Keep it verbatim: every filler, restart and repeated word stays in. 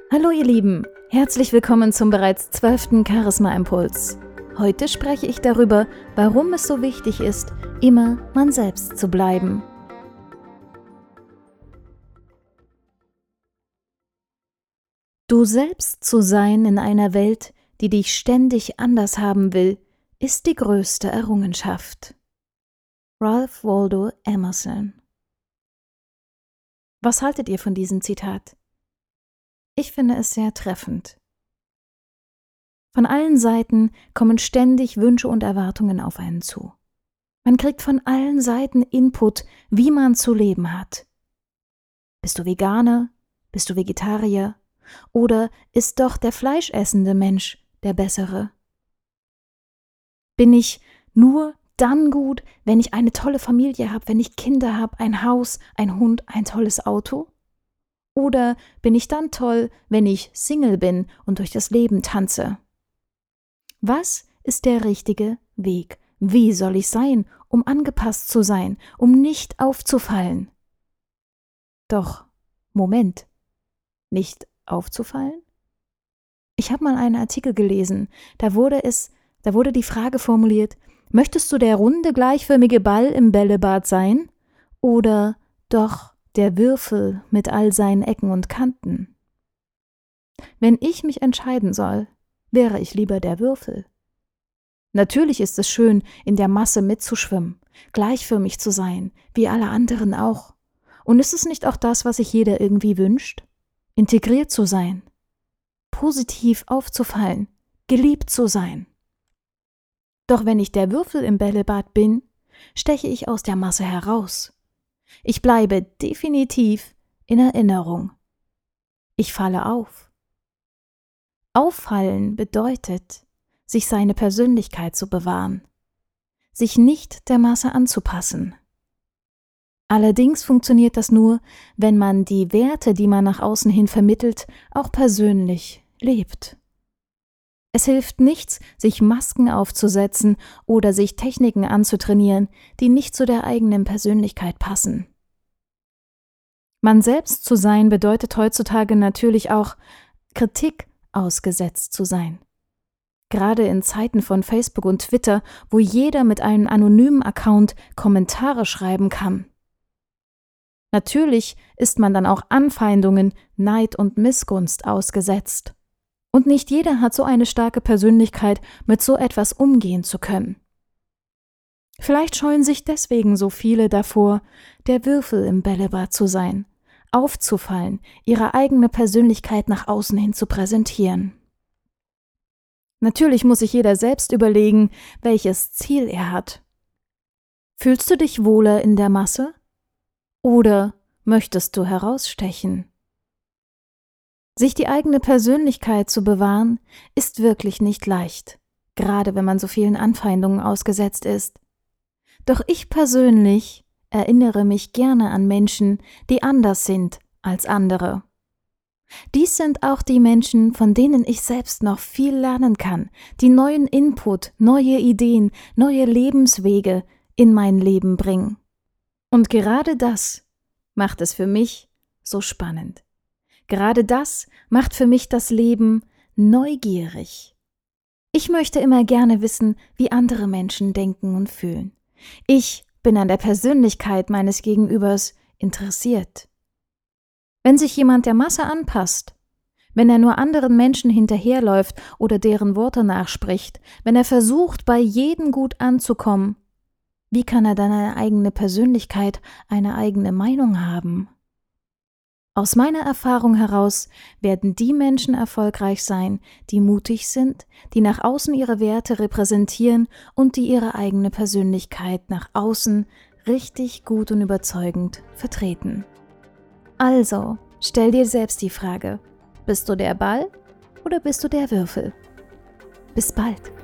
Hallo ihr Lieben, herzlich willkommen zum bereits zwölften Charisma-Impuls. Heute spreche ich darüber, warum es so wichtig ist, immer man selbst zu bleiben. Du selbst zu sein in einer Welt, die dich ständig anders haben will, ist die größte Errungenschaft. Ralph Waldo Emerson. Was haltet ihr von diesem Zitat? Ich finde es sehr treffend. Von allen Seiten kommen ständig Wünsche und Erwartungen auf einen zu. Man kriegt von allen Seiten Input, wie man zu leben hat. Bist du Veganer? Bist du Vegetarier? Oder ist doch der fleischessende Mensch der bessere? Bin ich nur dann gut, wenn ich eine tolle Familie habe, wenn ich Kinder habe, ein Haus, ein Hund, ein tolles Auto? Oder bin ich dann toll, wenn ich Single bin und durch das Leben tanze? Was ist der richtige Weg? Wie soll ich sein, um angepasst zu sein, um nicht aufzufallen? Doch, Moment, nicht aufzufallen? Ich habe mal einen Artikel gelesen, da wurde es, da wurde die Frage formuliert: Möchtest du der runde, gleichförmige Ball im Bällebad sein oder doch der Würfel mit all seinen Ecken und Kanten? Wenn ich mich entscheiden soll, wäre ich lieber der Würfel. Natürlich ist es schön, in der Masse mitzuschwimmen, gleichförmig zu sein, wie alle anderen auch. Und ist es nicht auch das, was sich jeder irgendwie wünscht? Integriert zu sein, positiv aufzufallen, geliebt zu sein. Doch wenn ich der Würfel im Bällebad bin, steche ich aus der Masse heraus. Ich bleibe definitiv in Erinnerung. Ich falle auf. Auffallen bedeutet, sich seine Persönlichkeit zu bewahren, sich nicht der Masse anzupassen. Allerdings funktioniert das nur, wenn man die Werte, die man nach außen hin vermittelt, auch persönlich lebt. Es hilft nichts, sich Masken aufzusetzen oder sich Techniken anzutrainieren, die nicht zu der eigenen Persönlichkeit passen. Man selbst zu sein bedeutet heutzutage natürlich auch, Kritik ausgesetzt zu sein. Gerade in Zeiten von Facebook und Twitter, wo jeder mit einem anonymen Account Kommentare schreiben kann. Natürlich ist man dann auch Anfeindungen, Neid und Missgunst ausgesetzt. Und nicht jeder hat so eine starke Persönlichkeit, mit so etwas umgehen zu können. Vielleicht scheuen sich deswegen so viele davor, der Würfel im Bällebad zu sein, aufzufallen, ihre eigene Persönlichkeit nach außen hin zu präsentieren. Natürlich muss sich jeder selbst überlegen, welches Ziel er hat. Fühlst du dich wohler in der Masse? Oder möchtest du herausstechen? Sich die eigene Persönlichkeit zu bewahren, ist wirklich nicht leicht, gerade wenn man so vielen Anfeindungen ausgesetzt ist. Doch ich persönlich erinnere mich gerne an Menschen, die anders sind als andere. Dies sind auch die Menschen, von denen ich selbst noch viel lernen kann, die neuen Input, neue Ideen, neue Lebenswege in mein Leben bringen. Und gerade das macht es für mich so spannend. Gerade das macht für mich das Leben neugierig. Ich möchte immer gerne wissen, wie andere Menschen denken und fühlen. Ich bin an der Persönlichkeit meines Gegenübers interessiert. Wenn sich jemand der Masse anpasst, wenn er nur anderen Menschen hinterherläuft oder deren Worte nachspricht, wenn er versucht, bei jedem gut anzukommen, wie kann er dann eine eigene Persönlichkeit, eine eigene Meinung haben? Aus meiner Erfahrung heraus werden die Menschen erfolgreich sein, die mutig sind, die nach außen ihre Werte repräsentieren und die ihre eigene Persönlichkeit nach außen richtig gut und überzeugend vertreten. Also, stell dir selbst die Frage: Bist du der Ball oder bist du der Würfel? Bis bald!